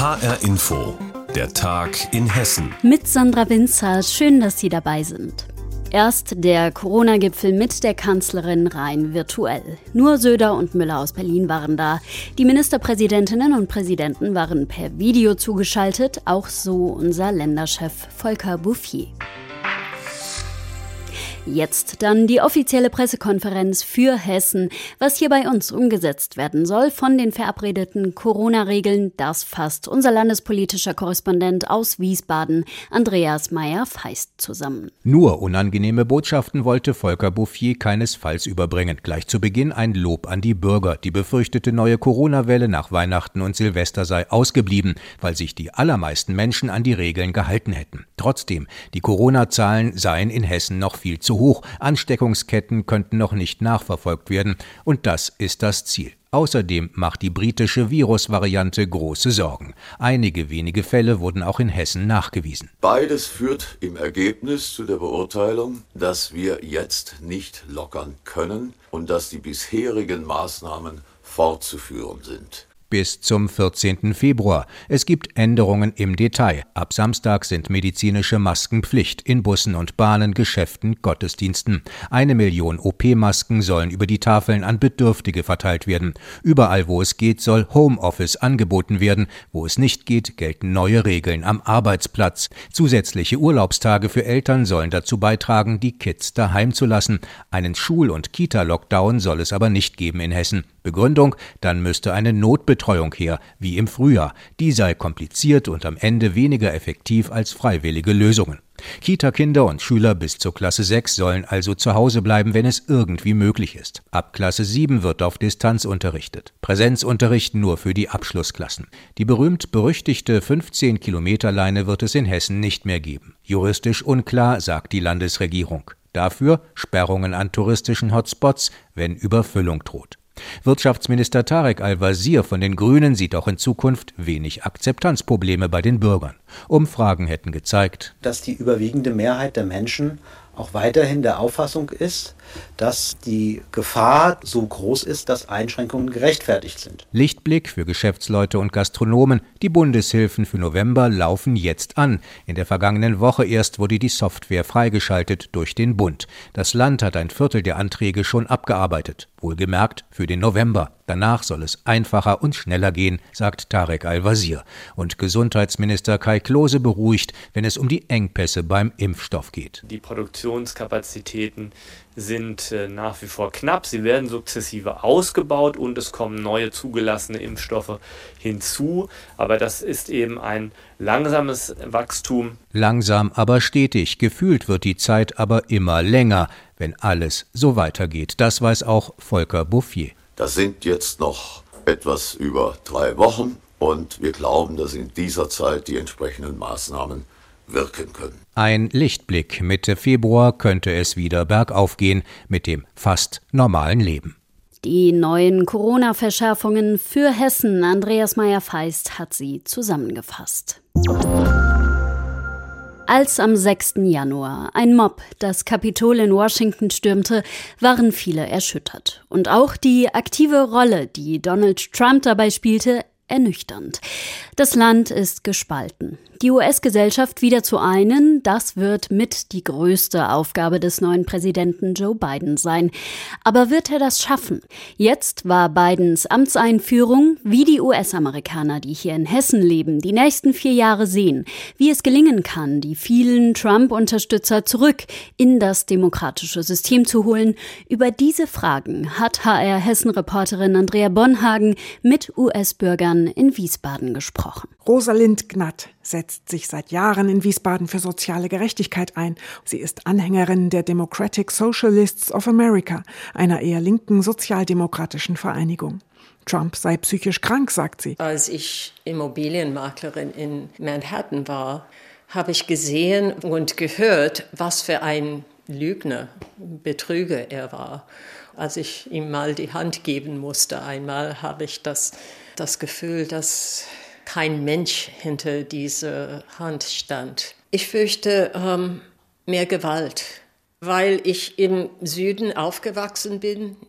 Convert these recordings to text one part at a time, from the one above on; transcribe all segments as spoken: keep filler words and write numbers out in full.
H R Info, der Tag in Hessen. Mit Sandra Winzer, schön, dass Sie dabei sind. Erst der Corona-Gipfel mit der Kanzlerin rein virtuell. Nur Söder und Müller aus Berlin waren da. Die Ministerpräsidentinnen und Präsidenten waren per Video zugeschaltet, auch so unser Länderchef Volker Bouffier. Jetzt dann die offizielle Pressekonferenz für Hessen, was hier bei uns umgesetzt werden soll von den verabredeten Corona-Regeln. Das fasst unser landespolitischer Korrespondent aus Wiesbaden, Andreas Meyer-Feist, zusammen. Nur unangenehme Botschaften wollte Volker Bouffier keinesfalls überbringen. Gleich zu Beginn ein Lob an die Bürger. Die befürchtete neue Corona-Welle nach Weihnachten und Silvester sei ausgeblieben, weil sich die allermeisten Menschen an die Regeln gehalten hätten. Trotzdem, die Corona-Zahlen seien in Hessen noch viel zu hoch. Ansteckungsketten könnten noch nicht nachverfolgt werden. Und das ist das Ziel. Außerdem macht die britische Virusvariante große Sorgen. Einige wenige Fälle wurden auch in Hessen nachgewiesen. Beides führt im Ergebnis zu der Beurteilung, dass wir jetzt nicht lockern können und dass die bisherigen Maßnahmen fortzuführen sind. Bis zum vierzehnten Februar. Es gibt Änderungen im Detail. Ab Samstag sind medizinische Masken Pflicht in Bussen und Bahnen, Geschäften, Gottesdiensten. Eine Million O P-Masken sollen über die Tafeln an Bedürftige verteilt werden. Überall, wo es geht, soll Homeoffice angeboten werden. Wo es nicht geht, gelten neue Regeln am Arbeitsplatz. Zusätzliche Urlaubstage für Eltern sollen dazu beitragen, die Kids daheim zu lassen. Einen Schul- und Kita-Lockdown soll es aber nicht geben in Hessen. Begründung, dann müsste eine Notbetreuung her, wie im Frühjahr. Die sei kompliziert und am Ende weniger effektiv als freiwillige Lösungen. Kita-Kinder und Schüler bis zur Klasse sechs sollen also zu Hause bleiben, wenn es irgendwie möglich ist. Ab Klasse sieben wird auf Distanz unterrichtet. Präsenzunterricht nur für die Abschlussklassen. Die berühmt-berüchtigte fünfzehn-Kilometer-Leine wird es in Hessen nicht mehr geben. Juristisch unklar, sagt die Landesregierung. Dafür Sperrungen an touristischen Hotspots, wenn Überfüllung droht. Wirtschaftsminister Tarek Al-Wazir von den Grünen sieht auch in Zukunft wenig Akzeptanzprobleme bei den Bürgern. Umfragen hätten gezeigt, dass die überwiegende Mehrheit der Menschen auch weiterhin der Auffassung ist, dass die Gefahr so groß ist, dass Einschränkungen gerechtfertigt sind. Lichtblick für Geschäftsleute und Gastronomen. Die Bundeshilfen für November laufen jetzt an. In der vergangenen Woche erst wurde die Software freigeschaltet durch den Bund. Das Land hat ein Viertel der Anträge schon abgearbeitet. Wohlgemerkt für den November. Danach soll es einfacher und schneller gehen, sagt Tarek Al-Wazir. Und Gesundheitsminister Kai Klose beruhigt, wenn es um die Engpässe beim Impfstoff geht. Die Produktionskapazitäten sind äh, nach wie vor knapp. Sie werden sukzessive ausgebaut und es kommen neue zugelassene Impfstoffe hinzu. Aber das ist eben ein langsames Wachstum. Langsam, aber stetig. Gefühlt wird die Zeit aber immer länger, wenn alles so weitergeht. Das weiß auch Volker Bouffier. Das sind jetzt noch etwas über drei Wochen und wir glauben, dass in dieser Zeit die entsprechenden Maßnahmen wirken können. Ein Lichtblick. Mitte Februar könnte es wieder bergauf gehen mit dem fast normalen Leben. Die neuen Corona-Verschärfungen für Hessen, Andreas Meyer-Feist hat sie zusammengefasst. Als am sechsten Januar ein Mob das Kapitol in Washington stürmte, waren viele erschüttert. Und auch die aktive Rolle, die Donald Trump dabei spielte, ernüchternd. Das Land ist gespalten. Die U S-Gesellschaft wieder zu einen, das wird mit die größte Aufgabe des neuen Präsidenten Joe Biden sein. Aber wird er das schaffen? Jetzt war Bidens Amtseinführung, wie die U S-Amerikaner, die hier in Hessen leben, die nächsten vier Jahre sehen, wie es gelingen kann, die vielen Trump-Unterstützer zurück in das demokratische System zu holen. Über diese Fragen hat H R-Hessen-Reporterin Andrea Bonhagen mit U S-Bürgern in Wiesbaden gesprochen. Rosalind Gnatt setzt sich seit Jahren in Wiesbaden für soziale Gerechtigkeit ein. Sie ist Anhängerin der Democratic Socialists of America, einer eher linken sozialdemokratischen Vereinigung. Trump sei psychisch krank, sagt sie. Als ich Immobilienmaklerin in Manhattan war, habe ich gesehen und gehört, was für ein Lügner, Betrüger er war. Als ich ihm mal die Hand geben musste einmal, habe ich das, das Gefühl, dass kein Mensch hinter dieser Hand stand. Ich fürchte ähm, mehr Gewalt, weil ich im Süden aufgewachsen bin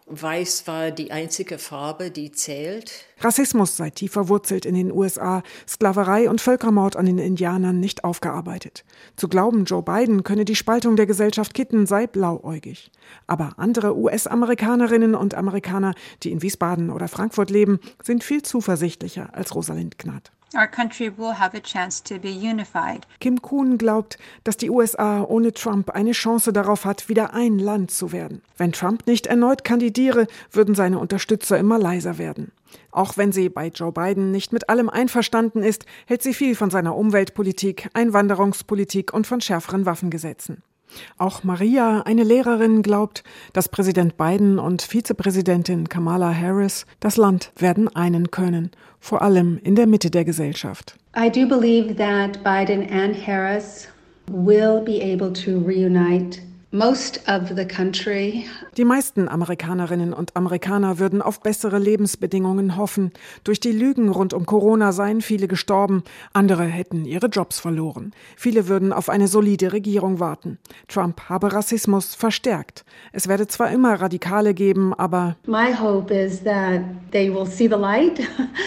Weiß war die einzige Farbe, die zählt. Rassismus sei tief verwurzelt in den U S A, Sklaverei und Völkermord an den Indianern nicht aufgearbeitet. Zu glauben, Joe Biden könne die Spaltung der Gesellschaft kitten, sei blauäugig. Aber andere U S-Amerikanerinnen und Amerikaner, die in Wiesbaden oder Frankfurt leben, sind viel zuversichtlicher als Rosalind Gnad. Our country will have a chance to be unified. Kim Kuhn glaubt, dass die U S A ohne Trump eine Chance darauf hat, wieder ein Land zu werden. Wenn Trump nicht erneut kandidiere, würden seine Unterstützer immer leiser werden. Auch wenn sie bei Joe Biden nicht mit allem einverstanden ist, hält sie viel von seiner Umweltpolitik, Einwanderungspolitik und von schärferen Waffengesetzen. Auch Maria, eine Lehrerin, glaubt, dass Präsident Biden und Vizepräsidentin Kamala Harris das Land werden einen können, vor allem in der Mitte der Gesellschaft. I do believe that Biden and Harris will be able to reunite most of the country. Die meisten Amerikanerinnen und Amerikaner würden auf bessere Lebensbedingungen hoffen. Durch die Lügen rund um Corona seien viele gestorben, andere hätten ihre Jobs verloren. Viele würden auf eine solide Regierung warten. Trump habe Rassismus verstärkt. Es werde zwar immer Radikale geben, aber My hope is that they will see the light.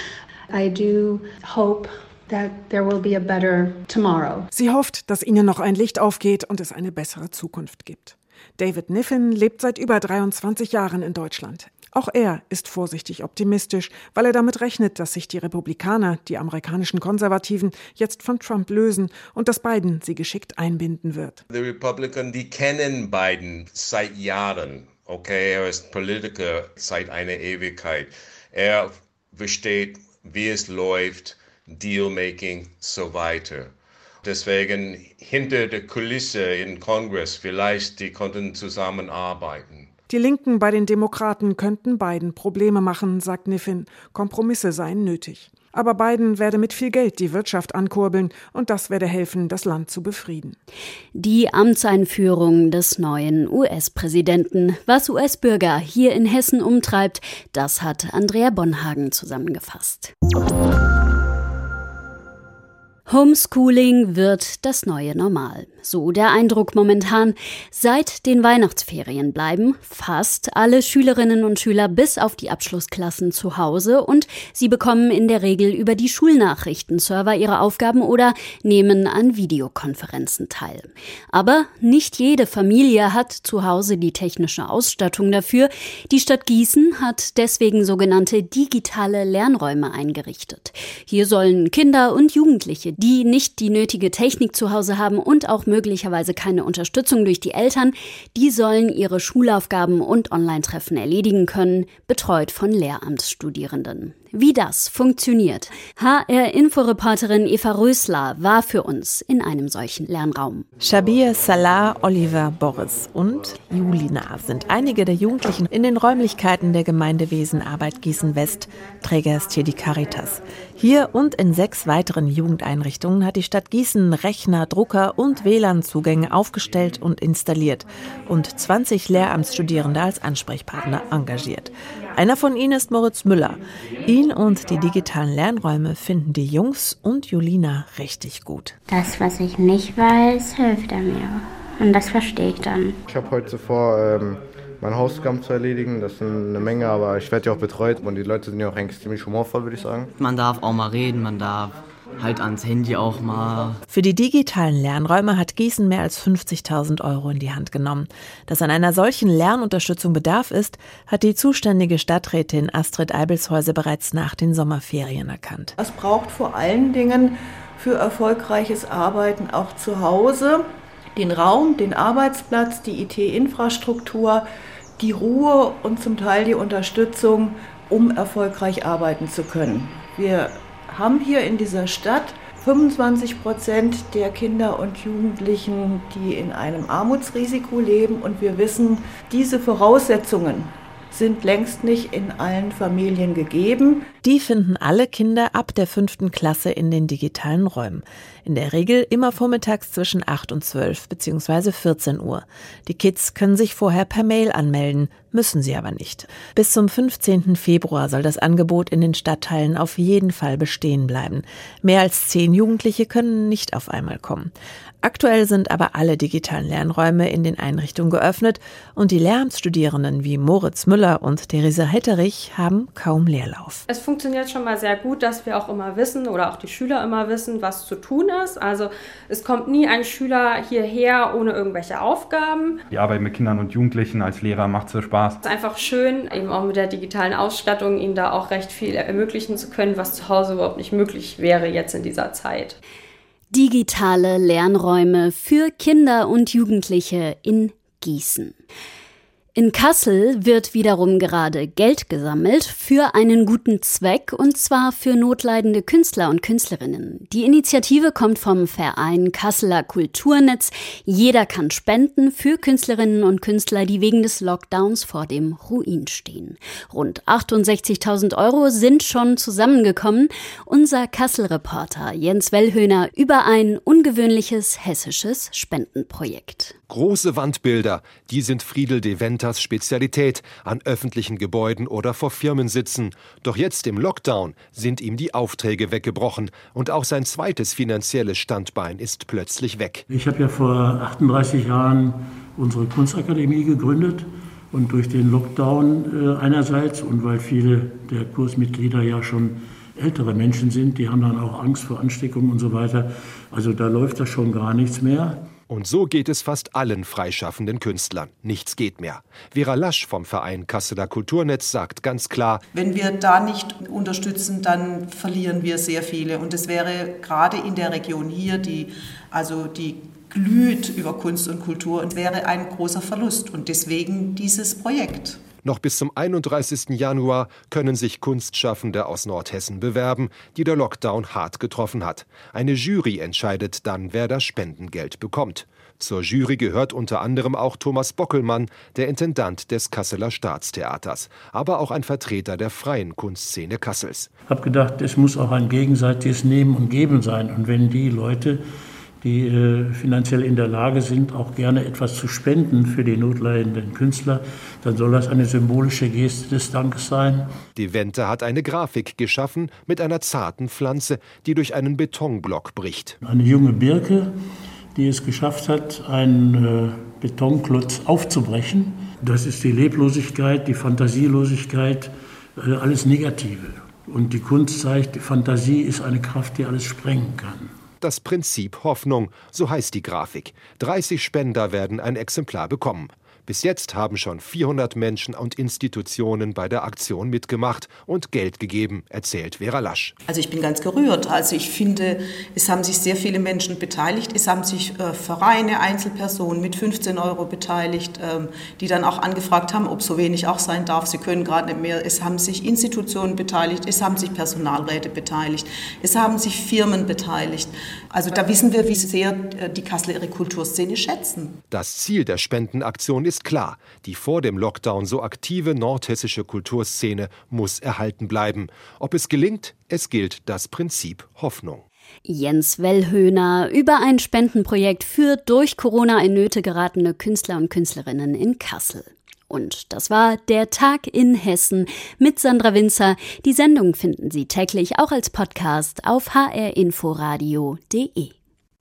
I do hope that there will be a better tomorrow. Sie hofft, dass ihnen noch ein Licht aufgeht und es eine bessere Zukunft gibt. David Niffen lebt seit über dreiundzwanzig Jahren in Deutschland. Auch er ist vorsichtig optimistisch, weil er damit rechnet, dass sich die Republikaner, die amerikanischen Konservativen, jetzt von Trump lösen und dass Biden sie geschickt einbinden wird. Die Republikaner, die kennen Biden seit Jahren. Okay, er ist Politiker seit einer Ewigkeit. Er versteht, wie es läuft, Dealmaking, so weiter. Deswegen hinter der Kulisse im Kongress, vielleicht die konnten zusammenarbeiten. Die Linken bei den Demokraten könnten Biden Probleme machen, sagt Niffen. Kompromisse seien nötig. Aber Biden werde mit viel Geld die Wirtschaft ankurbeln und das werde helfen, das Land zu befrieden. Die Amtseinführung des neuen U S-Präsidenten. Was U S-Bürger hier in Hessen umtreibt, das hat Andrea Bonhagen zusammengefasst. Homeschooling wird das neue Normal. So der Eindruck momentan. Seit den Weihnachtsferien bleiben fast alle Schülerinnen und Schüler bis auf die Abschlussklassen zu Hause und sie bekommen in der Regel über die Schulnachrichtenserver ihre Aufgaben oder nehmen an Videokonferenzen teil. Aber nicht jede Familie hat zu Hause die technische Ausstattung dafür. Die Stadt Gießen hat deswegen sogenannte digitale Lernräume eingerichtet. Hier sollen Kinder und Jugendliche, die nicht die nötige Technik zu Hause haben und auch möglicherweise keine Unterstützung durch die Eltern, die sollen ihre Schulaufgaben und Online-Treffen erledigen können, betreut von Lehramtsstudierenden. Wie das funktioniert. H R-Inforeporterin Eva Rösler war für uns in einem solchen Lernraum. Shabir, Salah, Oliver, Boris und Julina sind einige der Jugendlichen in den Räumlichkeiten der Gemeindewesenarbeit Gießen-West. Träger ist hier die Caritas. Hier und in sechs weiteren Jugendeinrichtungen hat die Stadt Gießen Rechner, Drucker und W L A N-Zugänge aufgestellt und installiert und zwanzig Lehramtsstudierende als Ansprechpartner engagiert. Einer von ihnen ist Moritz Müller. Ihn und die digitalen Lernräume finden die Jungs und Julina richtig gut. Das, was ich nicht weiß, hilft er mir. Und das verstehe ich dann. Ich habe heute vor, ähm, meine Hausaufgaben zu erledigen. Das sind eine Menge, aber ich werde ja auch betreut. Und die Leute sind ja auch eigentlich ziemlich humorvoll, würde ich sagen. Man darf auch mal reden, man darf halt ans Handy auch mal. Für die digitalen Lernräume hat Gießen mehr als fünfzigtausend Euro in die Hand genommen. Dass an einer solchen Lernunterstützung Bedarf ist, hat die zuständige Stadträtin Astrid Eibelshäuser bereits nach den Sommerferien erkannt. Es braucht vor allen Dingen für erfolgreiches Arbeiten auch zu Hause den Raum, den Arbeitsplatz, die I T-Infrastruktur, die Ruhe und zum Teil die Unterstützung, um erfolgreich arbeiten zu können. Wir haben hier in dieser Stadt fünfundzwanzig Prozent der Kinder und Jugendlichen, die in einem Armutsrisiko leben. Und wir wissen, diese Voraussetzungen sind längst nicht in allen Familien gegeben. Die finden alle Kinder ab der fünften Klasse in den digitalen Räumen. In der Regel immer vormittags zwischen acht und zwölf bzw. vierzehn Uhr. Die Kids können sich vorher per Mail anmelden, müssen sie aber nicht. Bis zum fünfzehnten Februar soll das Angebot in den Stadtteilen auf jeden Fall bestehen bleiben. Mehr als zehn Jugendliche können nicht auf einmal kommen. Aktuell sind aber alle digitalen Lernräume in den Einrichtungen geöffnet und die Lehramtsstudierenden wie Moritz Müller und Theresa Hetterich haben kaum Leerlauf. Es funktioniert schon mal sehr gut, dass wir auch immer wissen oder auch die Schüler immer wissen, was zu tun ist. Also es kommt nie ein Schüler hierher ohne irgendwelche Aufgaben. Die Arbeit mit Kindern und Jugendlichen als Lehrer macht so Spaß. Es ist einfach schön, eben auch mit der digitalen Ausstattung ihnen da auch recht viel ermöglichen zu können, was zu Hause überhaupt nicht möglich wäre jetzt in dieser Zeit. Digitale Lernräume für Kinder und Jugendliche in Gießen. In Kassel wird wiederum gerade Geld gesammelt für einen guten Zweck, und zwar für notleidende Künstler und Künstlerinnen. Die Initiative kommt vom Verein Kasseler Kulturnetz. Jeder kann spenden für Künstlerinnen und Künstler, die wegen des Lockdowns vor dem Ruin stehen. Rund achtundsechzigtausend Euro sind schon zusammengekommen. Unser Kassel-Reporter Jens Wellhöhner über ein ungewöhnliches hessisches Spendenprojekt. Große Wandbilder, die sind Friedel de Ventas Spezialität, an öffentlichen Gebäuden oder vor Firmensitzen. Doch jetzt im Lockdown sind ihm die Aufträge weggebrochen und auch sein zweites finanzielles Standbein ist plötzlich weg. Ich habe ja vor achtunddreißig Jahren unsere Kunstakademie gegründet und durch den Lockdown äh, einerseits und weil viele der Kursmitglieder ja schon ältere Menschen sind, die haben dann auch Angst vor Ansteckung und so weiter. Also da läuft das schon gar nichts mehr. Und so geht es fast allen freischaffenden Künstlern. Nichts geht mehr. Vera Lasch vom Verein Kasseler Kulturnetz sagt ganz klar: Wenn wir da nicht unterstützen, dann verlieren wir sehr viele. Und es wäre gerade in der Region hier, die also die glüht über Kunst und Kultur, und wäre ein großer Verlust. Und deswegen dieses Projekt. Noch bis zum einunddreißigsten Januar können sich Kunstschaffende aus Nordhessen bewerben, die der Lockdown hart getroffen hat. Eine Jury entscheidet dann, wer das Spendengeld bekommt. Zur Jury gehört unter anderem auch Thomas Bockelmann, der Intendant des Kasseler Staatstheaters, aber auch ein Vertreter der freien Kunstszene Kassels. Ich habe gedacht, es muss auch ein gegenseitiges Nehmen und Geben sein. Und wenn die Leute, die äh, finanziell in der Lage sind, auch gerne etwas zu spenden für die notleidenden Künstler, dann soll das eine symbolische Geste des Dankes sein. Die Vente hat eine Grafik geschaffen mit einer zarten Pflanze, die durch einen Betonblock bricht. Eine junge Birke, die es geschafft hat, einen äh, Betonklotz aufzubrechen. Das ist die Leblosigkeit, die Fantasielosigkeit, äh, alles Negative. Und die Kunst zeigt, die Fantasie ist eine Kraft, die alles sprengen kann. Das Prinzip Hoffnung, so heißt die Grafik. dreißig Spender werden ein Exemplar bekommen. Bis jetzt haben schon vierhundert Menschen und Institutionen bei der Aktion mitgemacht und Geld gegeben, erzählt Vera Lasch. Also ich bin ganz gerührt. Also ich finde, es haben sich sehr viele Menschen beteiligt. Es haben sich äh, Vereine, Einzelpersonen mit fünfzehn Euro beteiligt, ähm, die dann auch angefragt haben, ob so wenig auch sein darf. Sie können gerade nicht mehr. Es haben sich Institutionen beteiligt, es haben sich Personalräte beteiligt, es haben sich Firmen beteiligt. Also da wissen wir, wie sehr äh, die Kasseler ihre Kulturszene schätzen. Das Ziel der Spendenaktion ist klar, die vor dem Lockdown so aktive nordhessische Kulturszene muss erhalten bleiben. Ob es gelingt, es gilt das Prinzip Hoffnung. Jens Wellhöhner über ein Spendenprojekt für durch Corona in Nöte geratene Künstler und Künstlerinnen in Kassel. Und das war der Tag in Hessen mit Sandra Winzer. Die Sendung finden Sie täglich auch als Podcast auf h r inforadio punkt d e.